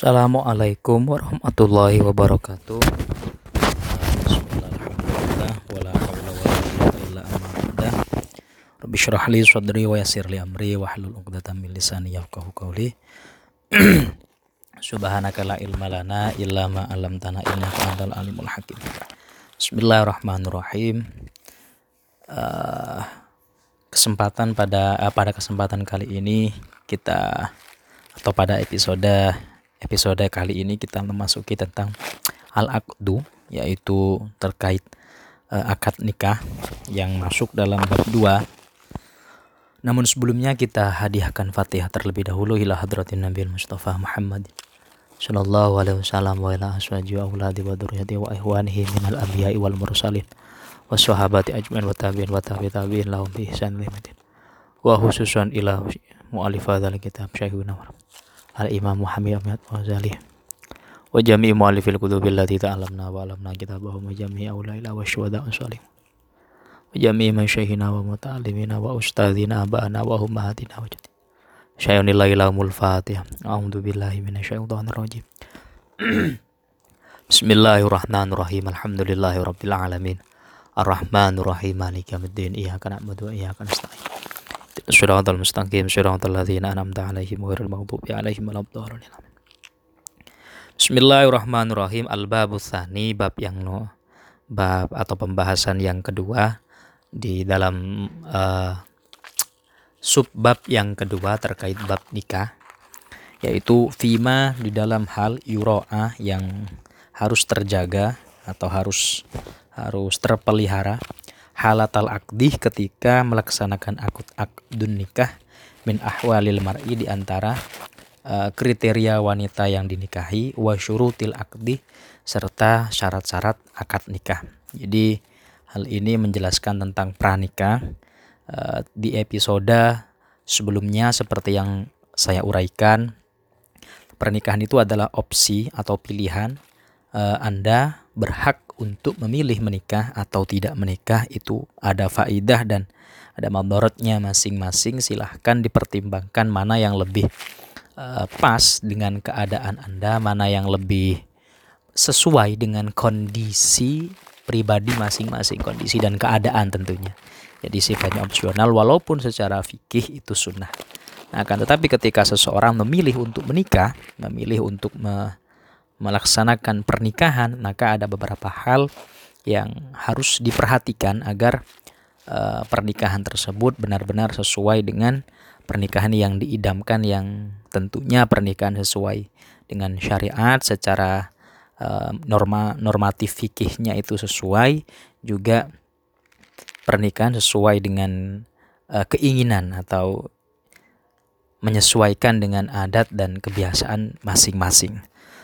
Assalamualaikum warahmatullahi wabarakatuh. Bismillahirrahmanirrahim. Wala haula wala quwwata illa billah. Rabbi shrah li sadri wa yassir li amri wahlul 'uqdatam min lisani yafqahu qawli. Subhanaka la ilma lana illa ma 'allamtana innaka antal alimul hakim. Bismillahirrahmanirrahim. Pada kesempatan kali ini pada episode kali ini kita memasuki tentang al-aqdu, yaitu terkait akad nikah yang masuk dalam bab 2. Namun sebelumnya kita hadiahkan Fatihah terlebih dahulu ila hadratin Nabi Mustafa Muhammad sallallahu alaihi wasallam wa ila aswaji wa auladi wa dzurriyyati wa ihwanihi minal anbiya'i wal mursalin wassahabati ajmain wa tabi'in lahum bi ihsan ila yaumil wa khususan ila mu'allif hadzal kitab Syekhuna al-Imam Muhammad Ghazali wa jami'i mu'allifil kutubil lati ta'alamna wa alamna kitabahum wa jami'i awlaila wa syuhada wa salim wa jami'i masyaykhina wa muta'allimina wa ustadzina aba'ana wa ummahatina wa jati syayunillahi lahumul fatihah. A'udzu billahi minasyaitonir rajim. Bismillahirrahmanirrahim. Alhamdulillahi rabbil alamin. Ar-Rahmanir Rahim. Maliki yaumiddin. Iyyaka na'budu wa iyyaka nasta'in. Shiratal mustaqim shiratal ladzina an'amta 'alaihim ghairil maghdubi 'alaihim waladdallin. Bismillahirrahmanirrahim. Al-babus tsani, bab atau pembahasan yang kedua di dalam subbab yang kedua terkait bab nikah, yaitu fima, di dalam hal yuro'ah yang harus terjaga atau harus terpelihara halatal aqdi, ketika melaksanakan akdun nikah, min ahwalil mar'i, di antara kriteria wanita yang dinikahi, wa syurutil aqdi, serta syarat-syarat akad nikah. Jadi hal ini menjelaskan tentang pranikah. Di episode sebelumnya seperti yang saya uraikan, pernikahan itu adalah opsi atau pilihan. Anda berhak untuk memilih menikah atau tidak menikah. Itu ada faidah dan ada madharatnya masing-masing. Silahkan dipertimbangkan mana yang lebih pas dengan keadaan Anda, mana yang lebih sesuai dengan kondisi pribadi masing-masing, kondisi dan keadaan tentunya. Jadi sifatnya opsional walaupun secara fikih itu sunnah. Nah, akan tetapi ketika seseorang memilih untuk menikah, memilih untuk melaksanakan pernikahan, maka ada beberapa hal yang harus diperhatikan agar pernikahan tersebut benar-benar sesuai dengan pernikahan yang diidamkan, yang tentunya pernikahan sesuai dengan syariat secara normatif fikihnya itu sesuai, juga pernikahan sesuai dengan keinginan atau menyesuaikan dengan adat dan kebiasaan masing-masing.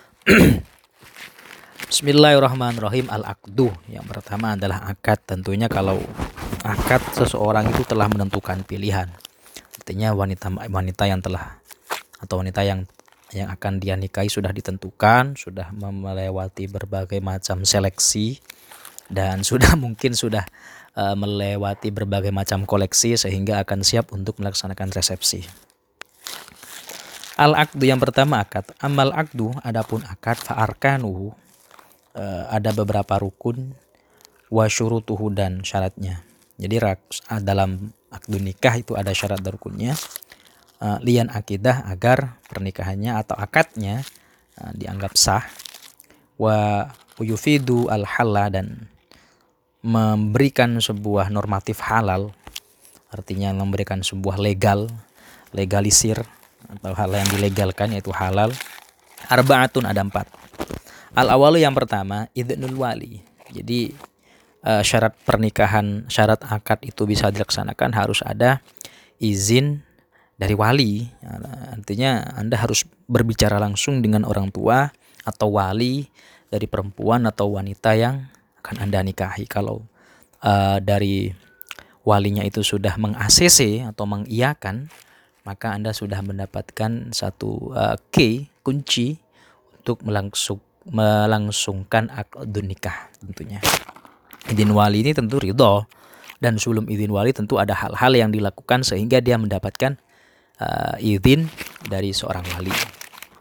Bismillahirrahmanirrahim. Al-aqdu, yang pertama adalah akad. Tentunya kalau akad, seseorang itu telah menentukan pilihan. Artinya wanita yang telah atau wanita yang akan dia nikahi sudah ditentukan, sudah melewati berbagai macam seleksi, dan sudah melewati berbagai macam koleksi sehingga akan siap untuk melaksanakan resepsi. Al-aqdu, yang pertama akad. Amal aqdu, adapun akad, fa'arkanuhu, ada beberapa rukun, wa syurutuhu, dan syaratnya. Jadi dalam akdu nikah itu ada syarat dan rukunnya. Lian akidah, agar pernikahannya atau akadnya dianggap sah. Wa yufidu al-halla, dan memberikan sebuah normatif halal, artinya memberikan sebuah legalisir atau hal yang dilegalkan, yaitu halal. Arba'atun, ada 4. Al-awalu, yang pertama, idznul wali. Jadi syarat pernikahan, syarat akad itu bisa dilaksanakan harus ada izin dari wali. Artinya Anda harus berbicara langsung dengan orang tua atau wali dari perempuan atau wanita yang akan Anda nikahi. Kalau dari walinya itu sudah meng-ACC atau mengiyakan, maka Anda sudah mendapatkan satu kunci untuk melangsungkan akad nikah tentunya. Izin wali ini tentu ridho, dan sebelum izin wali tentu ada hal-hal yang dilakukan sehingga dia mendapatkan izin dari seorang wali.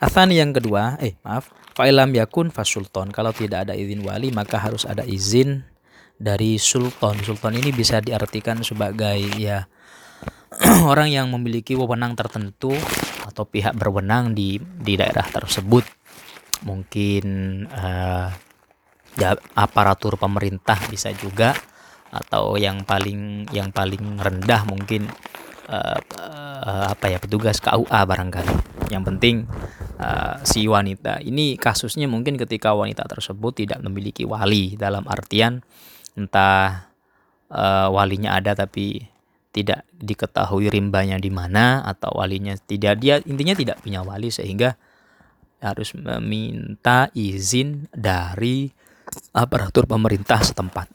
Atsani yang kedua, fa'ilam yakun fasultan. Kalau tidak ada izin wali maka harus ada izin dari sultan. Sultan ini bisa diartikan sebagai ya orang yang memiliki wewenang tertentu atau pihak berwenang di daerah tersebut. Mungkin aparatur pemerintah bisa juga, atau yang paling rendah mungkin petugas KUA barangkali. Yang penting si wanita ini kasusnya mungkin ketika wanita tersebut tidak memiliki wali, dalam artian entah walinya ada tapi tidak diketahui rimbanya di mana, atau walinya tidak, dia intinya tidak punya wali sehingga harus meminta izin dari aparatur pemerintah setempat.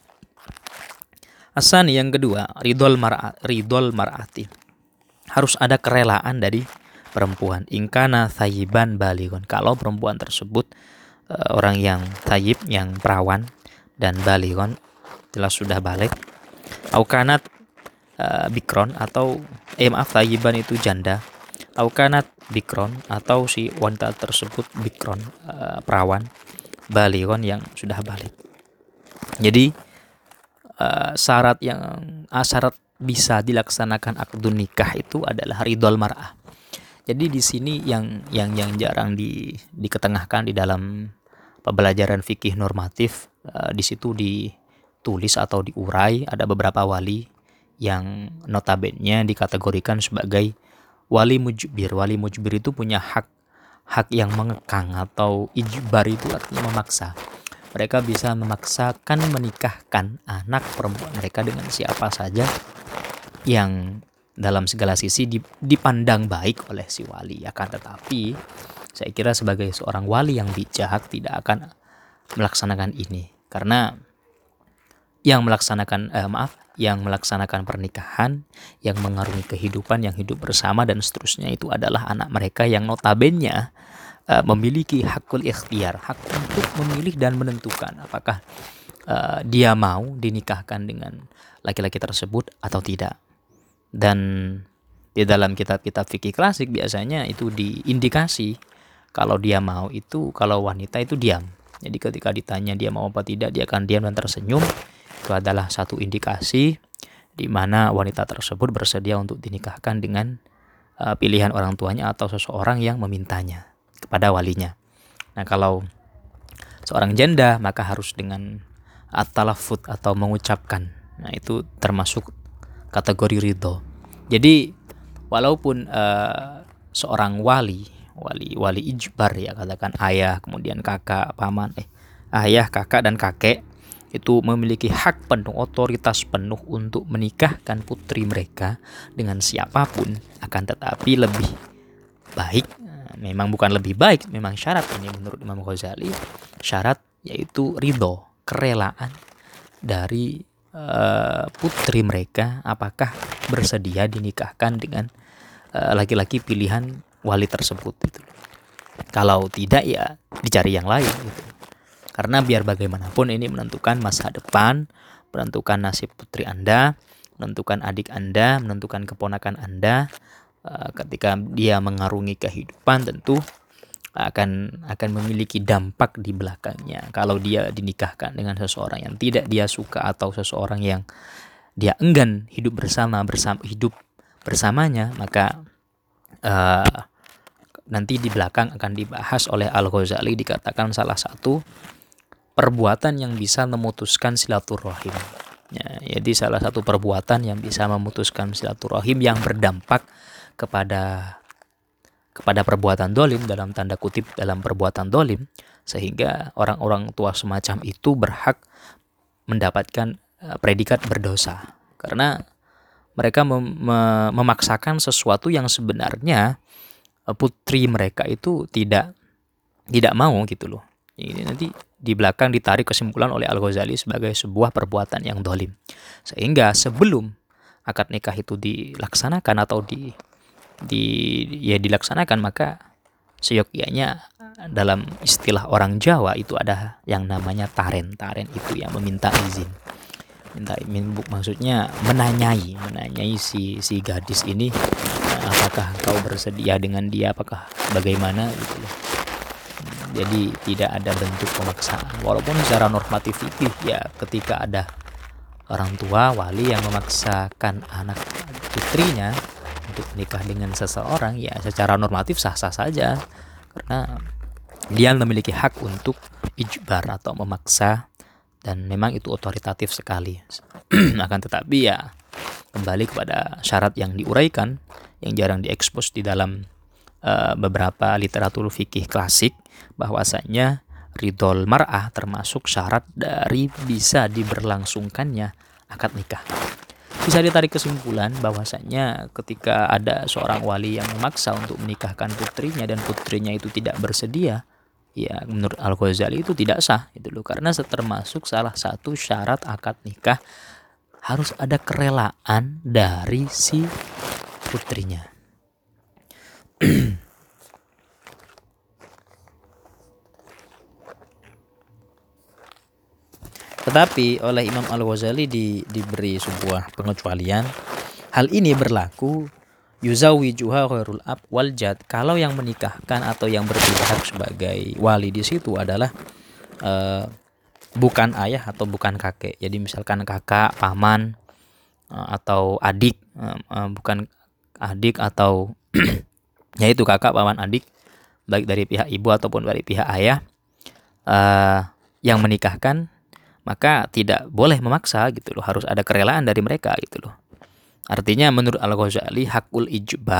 Asani yang kedua, ridol mar'ati. Harus ada kerelaan dari perempuan. Ingkana thayyiban balighon. Kalau perempuan tersebut orang yang thayyib, yang perawan, dan balighon jelas sudah balik. Aukanat bikron, atau thayyiban itu janda. Aukanat bikron, atau si wanita tersebut bikron, perawan, balighon yang sudah balik. Jadi syarat bisa dilaksanakan akdun nikah itu adalah ridol mar'ah. Jadi di sini yang jarang diketengahkan di dalam pembelajaran fikih normatif, di situ ditulis atau diurai ada beberapa wali yang notabene dikategorikan sebagai wali mujbir. Wali mujbir itu punya hak yang mengekang, atau ijbar itu artinya memaksa. Mereka bisa memaksakan menikahkan anak perempuan mereka dengan siapa saja yang dalam segala sisi dipandang baik oleh si wali. Akan tetapi saya kira sebagai seorang wali yang bijak tidak akan melaksanakan ini, karena yang melaksanakan pernikahan, yang mengarungi kehidupan, yang hidup bersama dan seterusnya itu adalah anak mereka yang notabene memiliki hakul ikhtiar, hak untuk memilih dan menentukan apakah dia mau dinikahkan dengan laki-laki tersebut atau tidak. Dan di dalam kitab-kitab fikih klasik biasanya itu diindikasi kalau dia mau itu, kalau wanita itu diam. Jadi ketika ditanya dia mau apa tidak, dia akan diam dan tersenyum. Itu adalah satu indikasi di mana wanita tersebut bersedia untuk dinikahkan dengan pilihan orang tuanya atau seseorang yang memintanya kepada walinya. Nah, kalau seorang janda maka harus dengan at-talaffuz atau mengucapkan. Nah, itu termasuk kategori ridho. Jadi walaupun seorang wali ijbar, ya katakan ayah, kemudian kakak, paman, ayah, kakak dan kakek itu memiliki hak penuh, otoritas penuh untuk menikahkan putri mereka dengan siapapun. Akan tetapi lebih baik, memang bukan lebih baik, memang syarat ini menurut Imam Ghazali, syarat yaitu ridho, kerelaan dari putri mereka apakah bersedia dinikahkan dengan laki-laki pilihan wali tersebut itu. Kalau tidak ya dicari yang lain gitu. Karena biar bagaimanapun ini menentukan masa depan, menentukan nasib putri Anda, menentukan adik Anda, menentukan keponakan Anda. Ketika dia mengarungi kehidupan tentu akan memiliki dampak di belakangnya. Kalau dia dinikahkan dengan seseorang yang tidak dia suka atau seseorang yang dia enggan hidup bersamanya, maka nanti di belakang akan dibahas oleh Al-Ghazali, dikatakan salah satu perbuatan yang bisa memutuskan silaturahim. Ya, jadi salah satu perbuatan yang bisa memutuskan silaturahim yang berdampak kepada perbuatan dolim, dalam tanda kutip dalam perbuatan dolim, sehingga orang-orang tua semacam itu berhak mendapatkan predikat berdosa karena mereka memaksakan sesuatu yang sebenarnya putri mereka itu tidak mau gitu loh. Ini nanti di belakang ditarik kesimpulan oleh Al-Ghazali sebagai sebuah perbuatan yang dolim, sehingga sebelum akad nikah itu dilaksanakan atau dilaksanakan, maka seyogyanya dalam istilah orang Jawa itu ada yang namanya taren itu yang meminta izin. Maksudnya menanyai si gadis ini, apa apakah engkau bersedia dengan dia, apakah bagaimana gitu loh. Jadi tidak ada bentuk pemaksaan. Walaupun secara normatif fikih ya ketika ada orang tua wali yang memaksakan anak putrinya untuk menikah dengan seseorang, ya secara normatif sah-sah saja karena dia memiliki hak untuk ijbar atau memaksa, dan memang itu otoritatif sekali. Akan tetapi ya kembali kepada syarat yang diuraikan yang jarang diekspos di dalam beberapa literatur fikih klasik, bahwasanya ridhol mar'ah termasuk syarat dari bisa diberlangsungkannya akad nikah. Bisa ditarik kesimpulan bahwasanya ketika ada seorang wali yang memaksa untuk menikahkan putrinya dan putrinya itu tidak bersedia, ya menurut Al-Ghazali itu tidak sah itu loh, karena termasuk salah satu syarat akad nikah harus ada kerelaan dari si putrinya. Tetapi oleh Imam Al-Ghazali diberi sebuah pengecualian. Hal ini berlaku yuzawijuha ghairul ab wal jad, kalau yang menikahkan atau yang berpihak sebagai wali di situ adalah bukan ayah atau bukan kakek. Jadi misalkan kakak, paman, atau adik, bukan adik atau yaitu kakak, paman, adik, baik dari pihak ibu ataupun dari pihak ayah, yang menikahkan, maka tidak boleh memaksa gitu loh, harus ada kerelaan dari mereka gitu loh. Artinya menurut Al-Ghazali hakul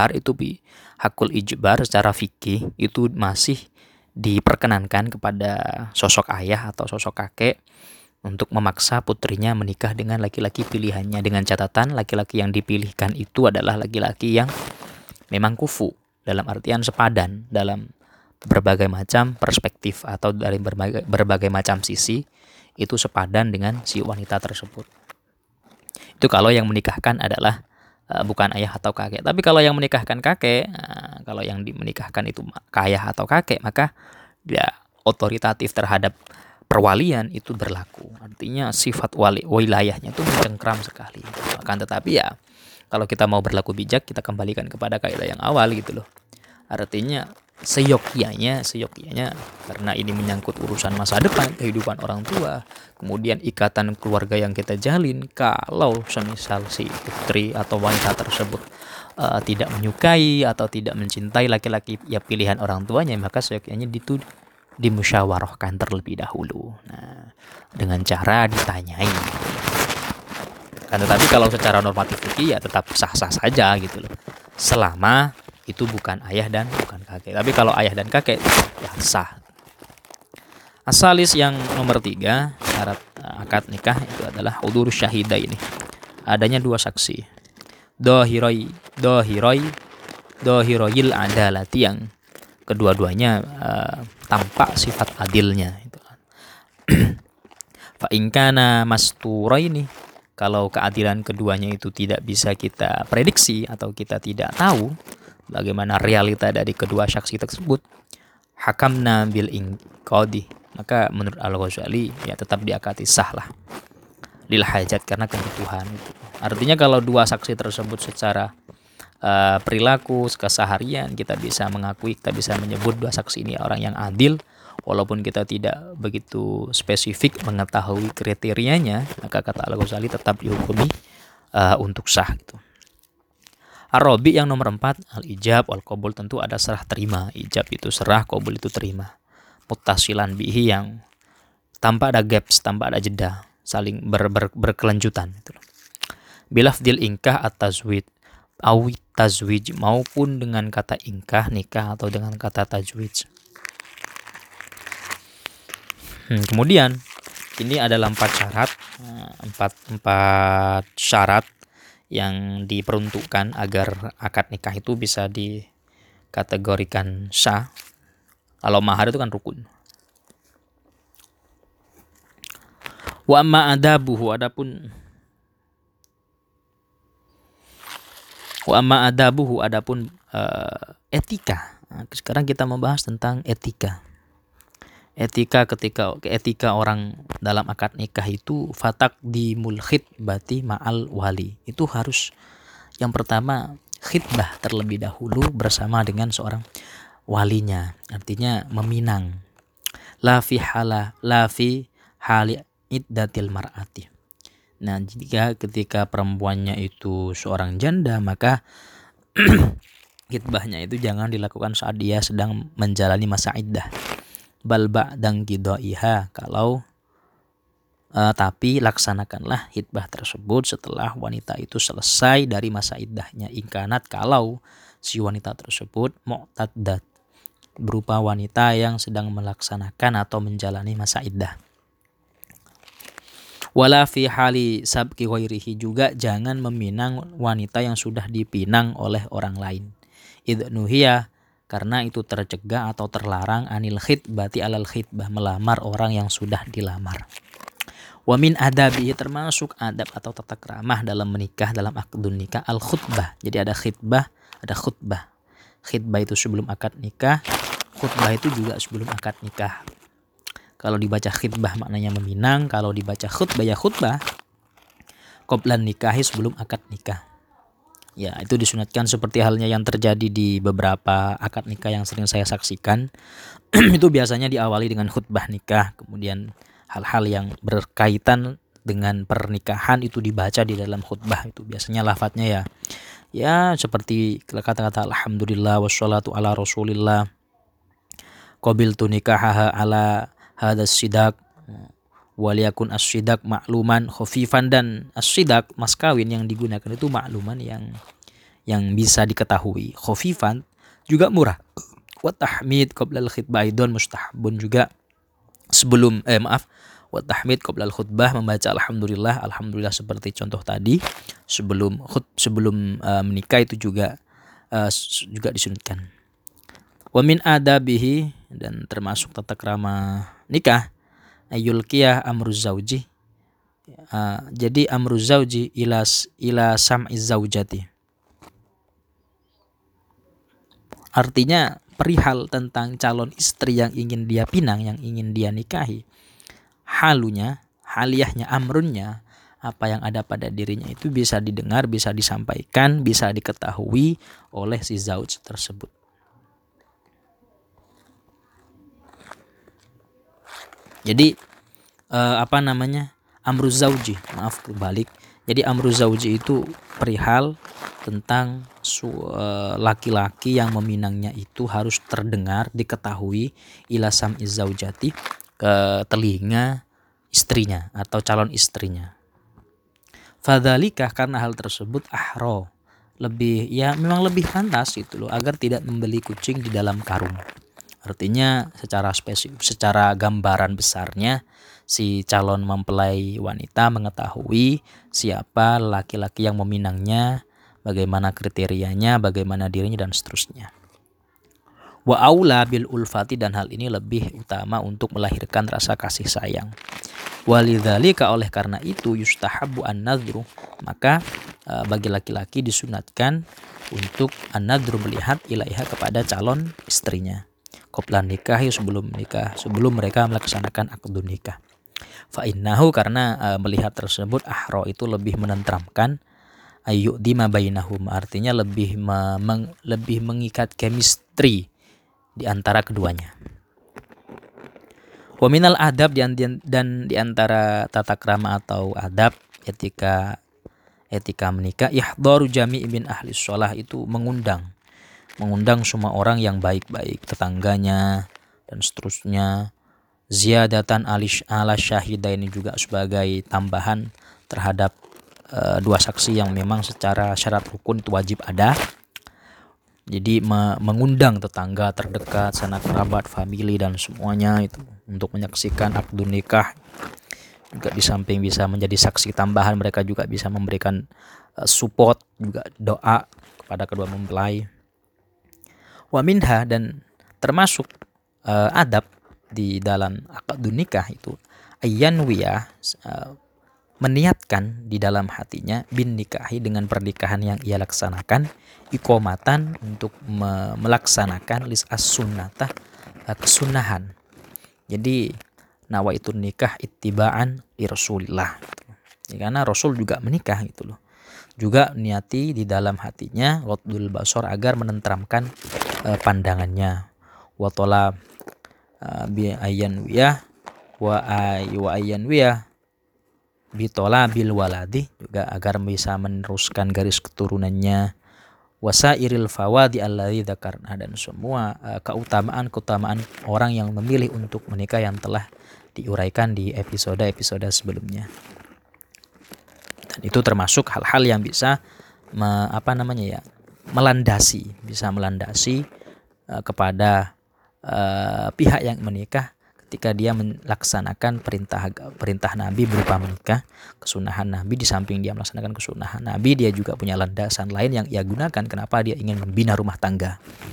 ijbar secara fikih itu masih diperkenankan kepada sosok ayah atau sosok kakek untuk memaksa putrinya menikah dengan laki-laki pilihannya, dengan catatan laki-laki yang dipilihkan itu adalah laki-laki yang memang kufu, dalam artian sepadan dalam berbagai macam perspektif atau dari berbagai macam sisi, itu sepadan dengan si wanita tersebut. Itu kalau yang menikahkan adalah bukan ayah atau kakek. Tapi kalau yang menikahkan kakek, kalau yang menikahkan itu ayah atau kakek, maka ya otoritatif terhadap perwalian itu berlaku. Artinya sifat wilayahnya itu mencengkram sekali. Akan tetapi ya kalau kita mau berlaku bijak, kita kembalikan kepada kaidah yang awal gitu loh. Artinya seyogyanya karena ini menyangkut urusan masa depan, kehidupan orang tua, kemudian ikatan keluarga yang kita jalin, kalau semisal si putri atau wanita tersebut tidak menyukai atau tidak mencintai laki-laki ya pilihan orang tuanya, maka seyogyanya itu dimusyawarahkan terlebih dahulu. Nah, dengan cara ditanyai. Kan tetapi kalau secara normatif fikih ya tetap sah-sah saja gitu loh, selama itu bukan ayah dan bukan kakek. Tapi kalau ayah dan kakek ya sah. Asalis yang nomor 3 syarat akad nikah itu adalah hudur syahida, ini adanya dua saksi, dohiroyil adalati, yang kedua-duanya tampak sifat adilnya itu. Fa ingkana masturaini, kalau keadilan keduanya itu tidak bisa kita prediksi atau kita tidak tahu bagaimana realita dari kedua saksi tersebut, hakamna bil inqadi, maka menurut Al-Ghazali ya tetap diakati sah lah, lil hajat, karena kebutuhan gitu. Artinya kalau dua saksi tersebut secara perilaku keseharian kita bisa mengakui, kita bisa menyebut dua saksi ini orang yang adil, walaupun kita tidak begitu spesifik mengetahui kriterianya, maka kata Al-Ghazali tetap dihukumi untuk sah gitu. Ar-Rabi yang nomor 4, al-ijab wal-qabul, tentu ada serah terima. Ijab itu serah, qabul itu terima. Muttasilan bihi, yang tanpa ada gaps, tanpa ada jeda, saling berkelanjutan gitu. Bilafdil inkah at-tazwid awit tazwij, maupun dengan kata inkah nikah atau dengan kata tajwid. Kemudian ini adalah 4 syarat, empat syarat yang diperuntukkan agar akad nikah itu bisa dikategorikan sah. Kalau mahar itu kan rukun. Wa amma adabuhu, adapun etika. Nah, sekarang kita membahas tentang etika. Etika orang dalam akad nikah itu fatak di mulkhit bati ma'al wali. Itu harus yang pertama khitbah terlebih dahulu bersama dengan seorang walinya, artinya meminang. La fi hali iddatil mar'ati. Nah, jika ketika perempuannya itu seorang janda, maka khitbahnya itu jangan dilakukan saat dia sedang menjalani masa iddah. Bal ba'dang qidaiha, tapi laksanakanlah khitbah tersebut setelah wanita itu selesai dari masa iddahnya. Ingkanat, kalau si wanita tersebut mu'taddat, berupa wanita yang sedang melaksanakan atau menjalani masa iddah. Wala fi hali sabqi ghairihi, juga jangan meminang wanita yang sudah dipinang oleh orang lain. Idnuhiya, karena itu tercegah atau terlarang, anil khitbati alal khitbah, melamar orang yang sudah dilamar. Wa min adabihi, termasuk adab atau tata keramah dalam menikah, dalam akdun nikah, al khutbah. Jadi ada khitbah, ada khutbah. Khitbah itu sebelum akad nikah, khutbah itu juga sebelum akad nikah. Kalau dibaca khitbah maknanya meminang, kalau dibaca khutbah ya khutbah qoblan nikahi, sebelum akad nikah. Ya, itu disunatkan seperti halnya yang terjadi di beberapa akad nikah yang sering saya saksikan. Itu biasanya diawali dengan khutbah nikah, kemudian hal-hal yang berkaitan dengan pernikahan itu dibaca di dalam khutbah. Itu biasanya lafadznya ya seperti kata-kata alhamdulillah wassalatu ala rasulillah, qabiltu nikahaha ala hadas sidak, waliyakun as-sidak makluman khafifan, dan as-sidak mas kawin yang digunakan itu makluman yang bisa diketahui, khafifan juga murah. Wa tahmid qabla al-khitbah aidon mustahabun, juga sebelum wa tahmid qabla al-khutbah, membaca alhamdulillah seperti contoh tadi sebelum menikah itu juga disunatkan. Wa min adabihi, dan termasuk tata krama nikah, ayulqiyah amruz zauji. Jadi amruz zauji ila sam'iz zaujati, artinya perihal tentang calon istri yang ingin dia pinang, yang ingin dia nikahi. Haliyahnya, amrunnya, apa yang ada pada dirinya itu bisa didengar, bisa disampaikan, bisa diketahui oleh si zauj tersebut. Jadi amruz zauji, jadi amruz zauji itu perihal tentang laki-laki yang meminangnya itu harus terdengar, diketahui, ila sam'iz zaujati, ke telinga istrinya atau calon istrinya. Fadzalika, karena hal tersebut, ahro, memang lebih pantas itu loh, agar tidak membeli kucing di dalam karung. Artinya secara gambaran besarnya, si calon mempelai wanita mengetahui siapa laki-laki yang meminangnya, bagaimana kriterianya, bagaimana dirinya, dan seterusnya. Wa aula bil ulfati, dan hal ini lebih utama untuk melahirkan rasa kasih sayang. Walidzalika, oleh karena itu, yustahabu an-nadhru, maka bagi laki-laki disunatkan untuk an-nadhru, melihat ilaiha, kepada calon istrinya, qoblan nikahi, sebelum nikah, sebelum mereka melaksanakan akdun nikah. Fa innahu, karena melihat tersebut, ahro, itu lebih menenteramkan, ayyudima bainahum, artinya lebih mengikat chemistry di antara keduanya. Wa minal adab, dan di antara tata krama atau adab etika menikah, ihdharu jami'i min ahli sholah, itu mengundang semua orang yang baik-baik, tetangganya dan seterusnya. Ziyadatan ala syahida, ini juga sebagai tambahan terhadap dua saksi yang memang secara syarat rukun itu wajib ada. Jadi mengundang tetangga terdekat, sanak kerabat, famili, dan semuanya itu untuk menyaksikan akdun nikah. Juga di samping bisa menjadi saksi tambahan, mereka juga bisa memberikan support, juga doa kepada kedua mempelai. Wa minha, dan termasuk adab di dalam akdun nikah itu, ayyanwiyah, meniatkan di dalam hatinya, bin nikahi, dengan pernikahan yang ia laksanakan, iqomatan, untuk melaksanakan as-sunnatah, kesunahan. Jadi nawaitun nikah ittiba'an li Rasulillah, karena Rasul juga menikah gitu loh. Juga niati di dalam hatinya ghaddul basar agar menenteramkan pandangannya. Wa tola bi ayyan wiyah wa ayyan wiyah bitola bil waladi, juga agar bisa meneruskan garis keturunannya. Wasairil fawadi alladzi dzakarna, dan semua keutamaan orang yang memilih untuk menikah yang telah diuraikan di episode-episode sebelumnya. Dan itu termasuk hal-hal yang bisa melandasi kepada pihak yang menikah ketika dia melaksanakan perintah Nabi berupa menikah, kesunahan Nabi. Di samping dia melaksanakan kesunahan Nabi, dia juga punya landasan lain yang ia gunakan kenapa dia ingin membina rumah tangga.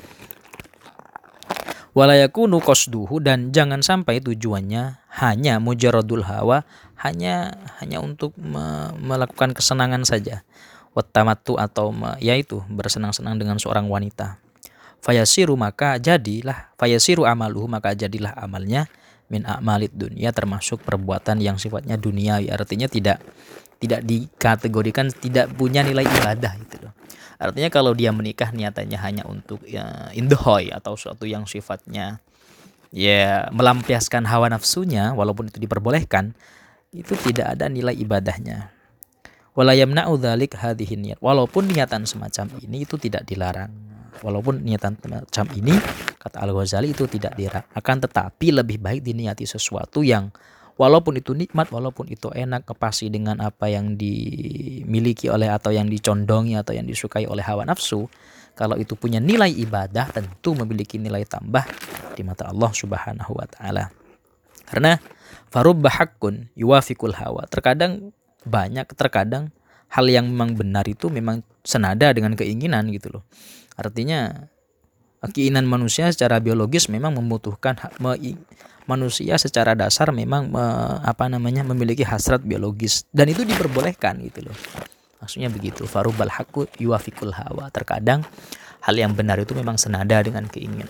Walayakunu qasduhu, dan jangan sampai tujuannya hanya mujaradul hawa, hanya untuk melakukan kesenangan saja. Wattamattu, atau yaitu bersenang-senang dengan seorang wanita. Fayasiru amaluhu, maka jadilah amalnya min a'malid dunia, termasuk perbuatan yang sifatnya duniawi, artinya tidak dikategorikan tidak punya nilai ibadah gitu loh. Artinya kalau dia menikah niatannya hanya untuk indahoy atau suatu yang sifatnya melampiaskan hawa nafsunya, walaupun itu diperbolehkan, itu tidak ada nilai ibadahnya. Wala yamna'u dzalik hadhihi niyat, walaupun niatan semacam ini itu tidak dilarang. Walaupun niatan semacam ini, kata Al-Ghazali, itu tidak dilarang, akan tetapi lebih baik diniati sesuatu yang walaupun itu nikmat, walaupun itu enak, kepasi dengan apa yang dimiliki oleh atau yang dicondongi atau yang disukai oleh hawa nafsu. Kalau itu punya nilai ibadah, tentu memiliki nilai tambah di mata Allah Subhanahu wa taala. Karena farubba haqqun yuwafiqul hawa. Terkadang hal yang memang benar itu memang senada dengan keinginan gitu loh. Artinya keinginan manusia secara biologis memang membutuhkan, manusia secara dasar memang memiliki hasrat biologis, dan itu diperbolehkan gitu loh. Maksudnya begitu, farubbal haqqu yuwafiqul hawa. Terkadang hal yang benar itu memang senada dengan keinginan.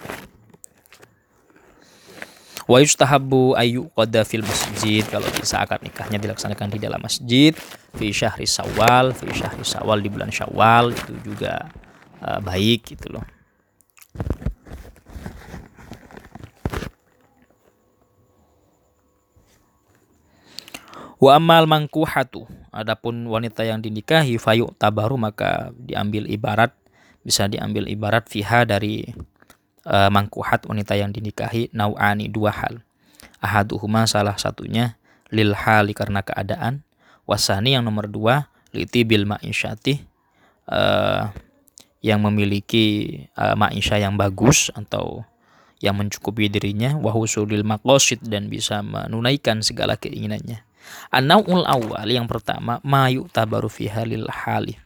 Wa yustahabbu ayyuqadda fil masjid, kalau bisa akad nikahnya dilaksanakan di dalam masjid. Fi syahri Syawal di bulan Syawal, itu juga baik gitu loh. Wa amal mangkuhatu, adapun wanita yang dinikahi, fayu tabaru, maka bisa diambil ibarat fiha dari mangkuhat, wanita yang dinikahi, nau'ani, dua hal. Ahaduhuma, salah satunya, lil hali, karena keadaan. Wasani, yang nomor dua, liti bil ma'isyati, yang memiliki ma'isyah yang bagus atau yang mencukupi dirinya. Wahusulil maqasid, dan bisa menunaikan segala keinginannya. An-naw'ul awal, yang pertama, ma yu'tabaru fiha lil hali.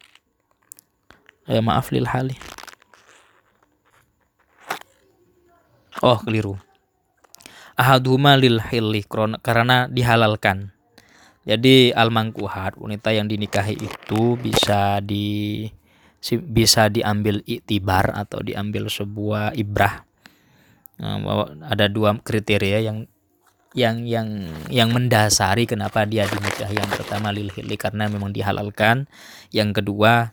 Lil hali. Keliru. Ahaduma lil hilli, karena dihalalkan. Jadi al-mangkuhat, wanita yang dinikahi itu bisa diambil iktibar atau diambil sebuah ibrah. Ada dua kriteria yang mendasari kenapa dia dinikahi. Yang pertama lil hilli, karena memang dihalalkan. Yang kedua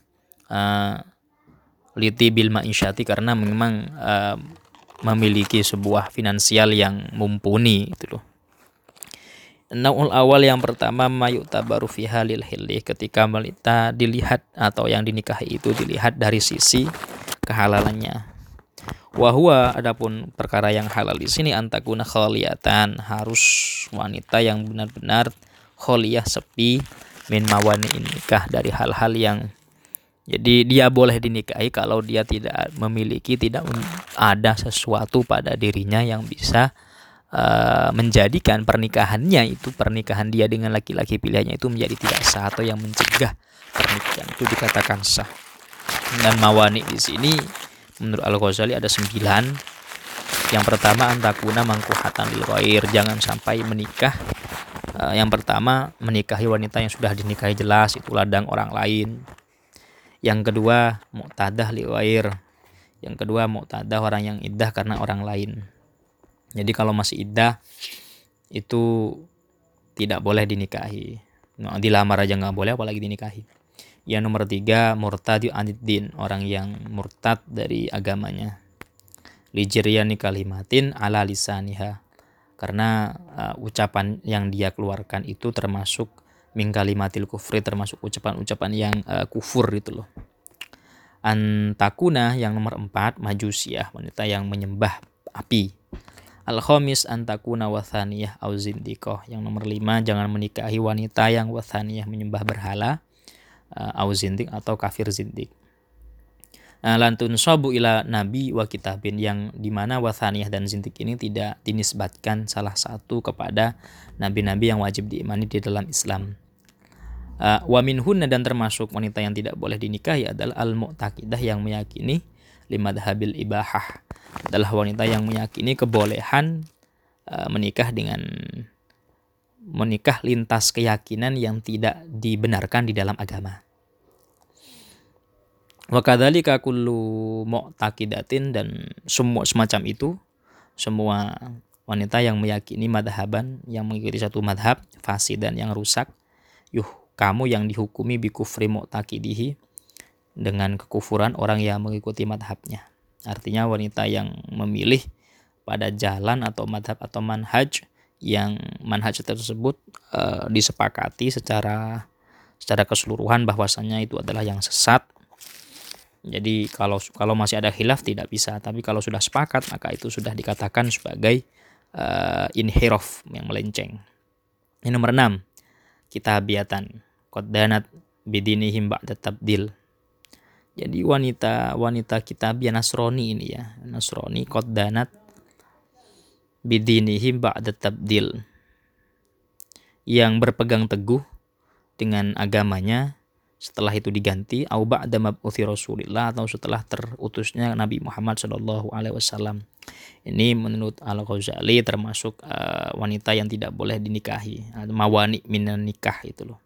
liti bil ma'isyati, karena memang memiliki sebuah finansial yang mumpuni gitu loh. Naul awal, yang pertama, mayutabaru fiha lil hilli, ketika wanita dilihat atau yang dinikahi itu dilihat dari sisi kehalalannya. Wahua, adapun perkara yang halal di sini, antakuna khaliyatan, harus wanita yang benar-benar khaliyah, sepi, min mawani nikah, dari hal-hal yang, jadi dia boleh dinikahi kalau dia tidak ada sesuatu pada dirinya yang bisa menjadikan pernikahan dia dengan laki-laki pilihannya itu menjadi tidak sah, atau yang mencegah pernikahan itu dikatakan sah. Dan mawani di sini menurut Al-Ghazali ada 9. Yang pertama, antakuna mangkuhatan lil ghair, jangan sampai menikah. Yang pertama, menikahi wanita yang sudah dinikahi jelas itu ladang orang lain. Yang kedua, mu'tadah lil ghair. Yang kedua, mu'tadah, orang yang iddah karena orang lain. Jadi kalau masih iddah itu tidak boleh dinikahi. Dilamar aja nggak boleh, apalagi dinikahi. Yang nomor 3, murtadi aniddin, orang yang murtad dari agamanya. Lijriyani kalimatin ala lisaniha, karena ucapan yang dia keluarkan itu termasuk min kalimatil kufri, termasuk ucapan-ucapan yang kufur itu loh. Antakuna yang nomor 4, majusiyah, wanita yang menyembah api. Al-khamis antakuna wathaniyah au zindikoh, yang nomor 5, jangan menikahi wanita yang wathaniyah, menyembah berhala, au zindik atau kafir zindik. Lantun sobu ila nabi wa kitabin, yang dimana wathaniyah dan zindik ini tidak dinisbatkan salah satu kepada nabi-nabi yang wajib diimani di dalam Islam. Wa minhunna, dan termasuk wanita yang tidak boleh dinikahi adalah al-mu'taqidah, yang meyakini limadhabil ibahah, adalah wanita yang meyakini kebolehan menikah lintas keyakinan yang tidak dibenarkan di dalam agama. Wa kadzalika kullu mu'taqidatin, dan semua semacam itu, semua wanita yang meyakini madhaban, yang mengikuti satu madhab fasidan, yang rusak, kamu yang dihukumi bikufri mu'taqidihi, dengan kekufuran orang yang mengikuti madhabnya. Artinya wanita yang memilih pada jalan atau madhab atau manhaj, yang manhaj tersebut disepakati secara keseluruhan bahwasanya itu adalah yang sesat. Jadi kalau masih ada khilaf tidak bisa, tapi kalau sudah sepakat maka itu sudah dikatakan sebagai inhiraf, yang melenceng. Yang nomor 6, kitabiyatan qaddanat bidinihim ba'da tabdil. Jadi wanita kitabiyah Nasrani ini ya, Nasrani qaddanat bidinihim ba'da tabdil, yang berpegang teguh dengan agamanya setelah itu diganti, au ba'da mab'uthi Rasulillah, atau setelah terutusnya Nabi Muhammad SAW. Ini menurut Al-Ghazali termasuk wanita yang tidak boleh dinikahi, mawani minan nikah itu loh.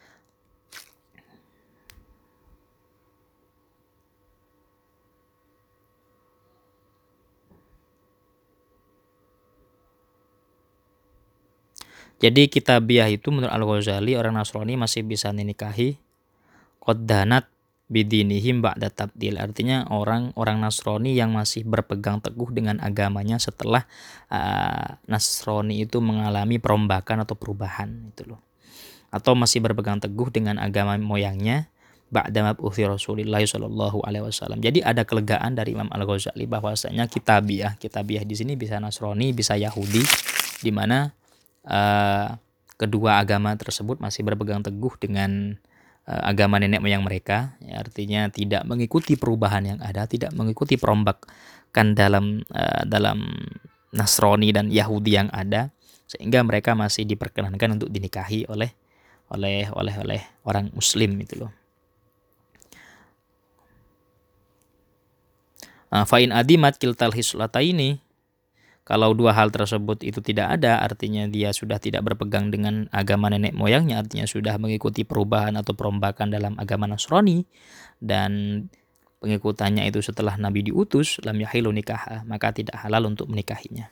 Jadi kitabiyah itu menurut Al-Ghazali, orang Nasrani masih bisa dinikahi qaddanat bidinihim ba'da tabdil, artinya orang Nasrani yang masih berpegang teguh dengan agamanya setelah Nasrani itu mengalami perombakan atau perubahan itu loh, atau masih berpegang teguh dengan agama moyangnya ba'da mab'uthi Rasulillah sallallahu alaihi wasallam. Jadi ada kelegaan dari Imam Al-Ghazali bahwasanya kitabiyah di sini bisa Nasrani, bisa Yahudi, di mana kedua agama tersebut masih berpegang teguh dengan agama nenek moyang mereka, ya, artinya tidak mengikuti perubahan yang ada, tidak mengikuti perombakan dalam Nasrani dan Yahudi yang ada, sehingga mereka masih diperkenankan untuk dinikahi oleh orang Muslim itu loh. Fa'in adimat kiltal hislataini, kalau dua hal tersebut itu tidak ada, artinya dia sudah tidak berpegang dengan agama nenek moyangnya, artinya sudah mengikuti perubahan atau perombakan dalam agama Nasrani, dan pengikutannya itu setelah Nabi diutus, lam yahilu nikah, maka tidak halal untuk menikahinya.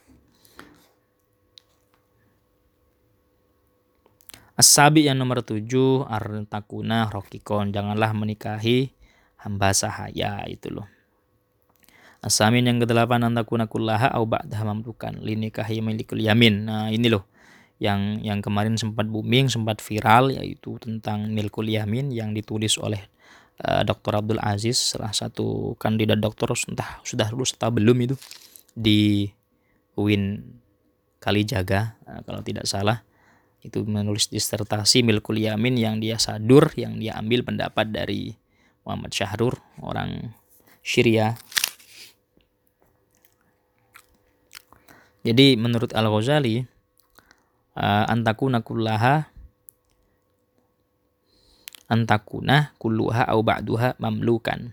As-sabi yang nomor 7, artakuna rokikon, janganlah menikahi hamba sahaya itu loh. As-samin yang ke-8, antakuna kullaha au ba'daha mamlukan linikahi milikul yamin. Nah ini loh yang kemarin sempat booming, sempat viral, yaitu tentang milkul yamin yang ditulis oleh Dr. Abdul Aziz, salah satu kandidat doktor, entah sudah lulus atau belum itu, di UIN Kalijaga kalau tidak salah. Itu menulis disertasi milkul yamin yang dia sadur, yang dia ambil pendapat dari Muhammad Syahrur, orang Syria. Jadi menurut Al-Ghazali, antakuna kulluha au ba'duha mamlukan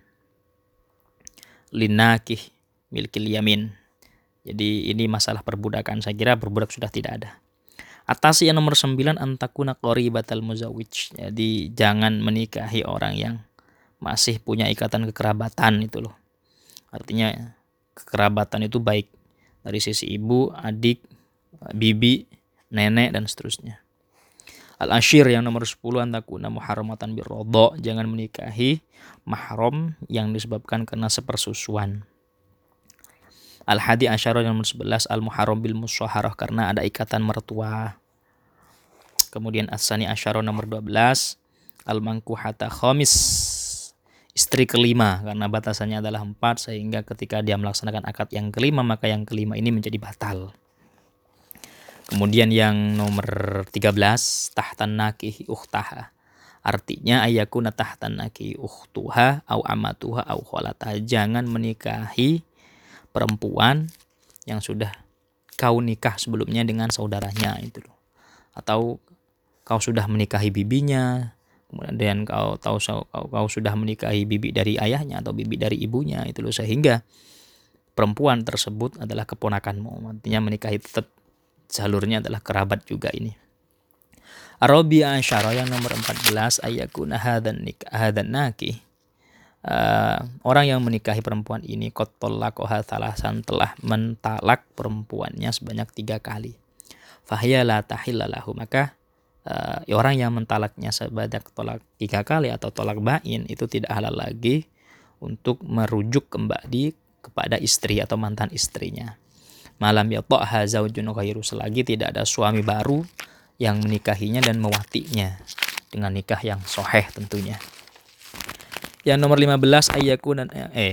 linakih milkil yamin. Jadi ini masalah perbudakan, saya kira berbudak sudah tidak ada. Atas yang nomor 9, antakuna qaribatal muzawwij. Jadi jangan menikahi orang yang masih punya ikatan kekerabatan itu loh. Artinya kekerabatan itu baik dari sisi ibu, adik, bibi, nenek, dan seterusnya. Al-ashir yang nomor 10 antakuna muharramatan birrodha, jangan menikahi mahram yang disebabkan karena sepersusuan. Al-hadi asyara yang nomor 11 al-muharram bil musyaharah, karena ada ikatan mertua. Kemudian as-sani asyara nomor 12 al-mankuhata khamis, istri kelima, karena batasannya adalah 4 sehingga ketika dia melaksanakan akad yang kelima maka yang kelima ini menjadi batal. Kemudian yang nomor 13 tahtan nakih ukhtaha, artinya ayakuna tahtan nakih ukhtuha au amatuha au kholataha, jangan menikahi perempuan yang sudah kau nikah sebelumnya dengan saudaranya itu loh, atau kau sudah menikahi bibinya, kemudian kau sudah menikahi bibi dari ayahnya atau bibi dari ibunya itu loh, sehingga perempuan tersebut adalah keponakanmu, artinya menikahi tetap jalurnya adalah kerabat juga ini. Arabiya asyara yang nomor 14 ayakuna hadan naki, orang yang menikahi perempuan ini qattallaqaha thalasan, telah mentalak perempuannya sebanyak 3 kali. Fahiya la tahilla lahu, maka orang yang mentalaknya sebanyak tolak 3 kali atau tolak bain itu tidak halal lagi untuk merujuk kembali kepada istri atau mantan istrinya. Malam yata'ha zaujun ghairu, selagi tidak ada suami baru yang menikahinya dan mewatinya dengan nikah yang sahih tentunya. Yang nomor 15 ayyakuna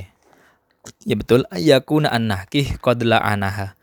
ayyakuna an-nakih qad la'anaha,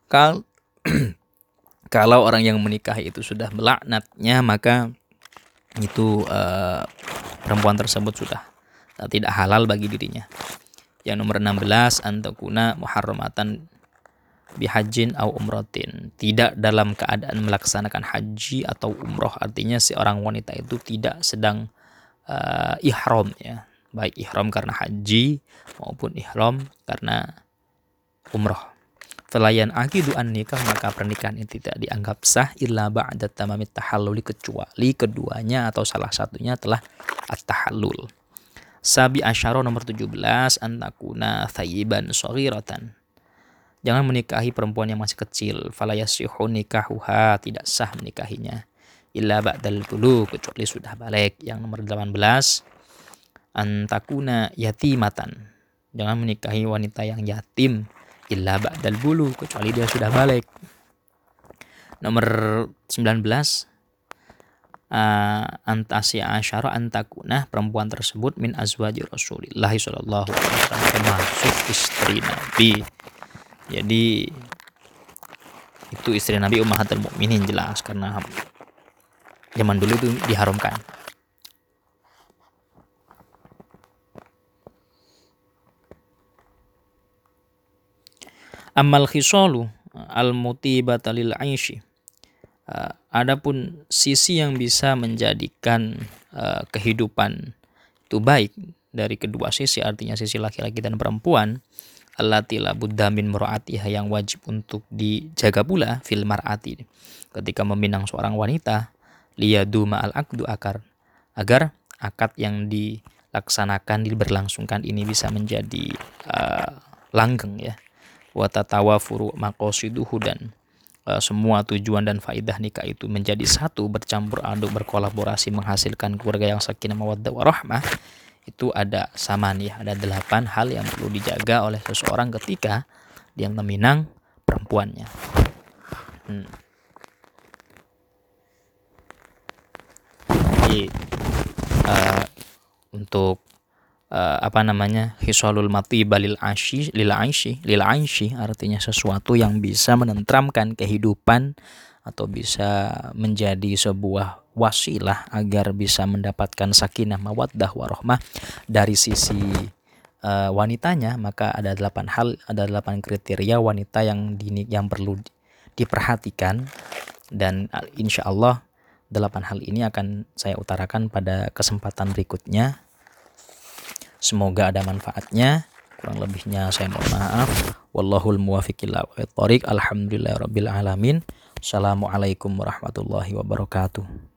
kalau orang yang menikahi itu sudah melaknatnya maka itu perempuan tersebut sudah tidak halal bagi dirinya. Yang nomor 16 antakuna muharramatan bihajin au umrotin, tidak dalam keadaan melaksanakan haji atau umroh, artinya seorang wanita itu tidak sedang ihram ya, baik ihram karena haji maupun ihram karena umroh. Falayan akidu an nikah, maka pernikahan ini tidak dianggap sah illa ba'da tamamit tahalluli, kecuali keduanya atau salah satunya telah at-tahallul. Sabi asyara nomor 17 antakuna thayyiban shaghiratan, jangan menikahi perempuan yang masih kecil. Fala yasihu nikahuha, tidak sah menikahinya illa ba'dal bulugh, kecuali sudah balik. Yang nomor 18 antakuna yatimatan, jangan menikahi wanita yang yatim illa ba'dal bulugh, kecuali dia sudah balik. Nomor 19 antasya asyara antakuna, perempuan tersebut min azwaji Rasulillah sallallahu alaihi wasallam, termasuk istri Nabi. Jadi itu istri Nabi Ummahatul Mukminin, jelas karena zaman dulu itu diharamkan. Amal khisalu al-mutibata lil aishi, adapun sisi yang bisa menjadikan kehidupan itu baik dari kedua sisi, artinya sisi laki-laki dan perempuan, allati la budda min mura'atiha, yang wajib untuk dijaga pula fil mar'ati, ketika meminang seorang wanita, liyadu ma'al aqdu agar akad yang dilaksanakan diberlangsungkan ini bisa menjadi langgeng ya. Wa tatawafuru maqasiduhu, dan semua tujuan dan faidah nikah itu menjadi satu, bercampur aduk, berkolaborasi menghasilkan keluarga yang sakinah mawaddah warahmah. Itu ada samaniyah, ada 8 hal yang perlu dijaga oleh seseorang ketika dia meminang perempuannya. Jadi untuk hisalul matiba lil aishi, artinya sesuatu yang bisa menenteramkan kehidupan atau bisa menjadi sebuah wasilah agar bisa mendapatkan sakinah mawaddah warahmah dari sisi wanitanya, maka ada 8 kriteria wanita yang perlu diperhatikan, dan insya Allah 8 hal ini akan saya utarakan pada kesempatan berikutnya. Semoga ada manfaatnya. Kurang lebihnya saya mohon maaf. Wallahul muwaffiq ila aqwamit thoriq. Alhamdulillahirabbil alamin. Assalamualaikum warahmatullahi wabarakatuh.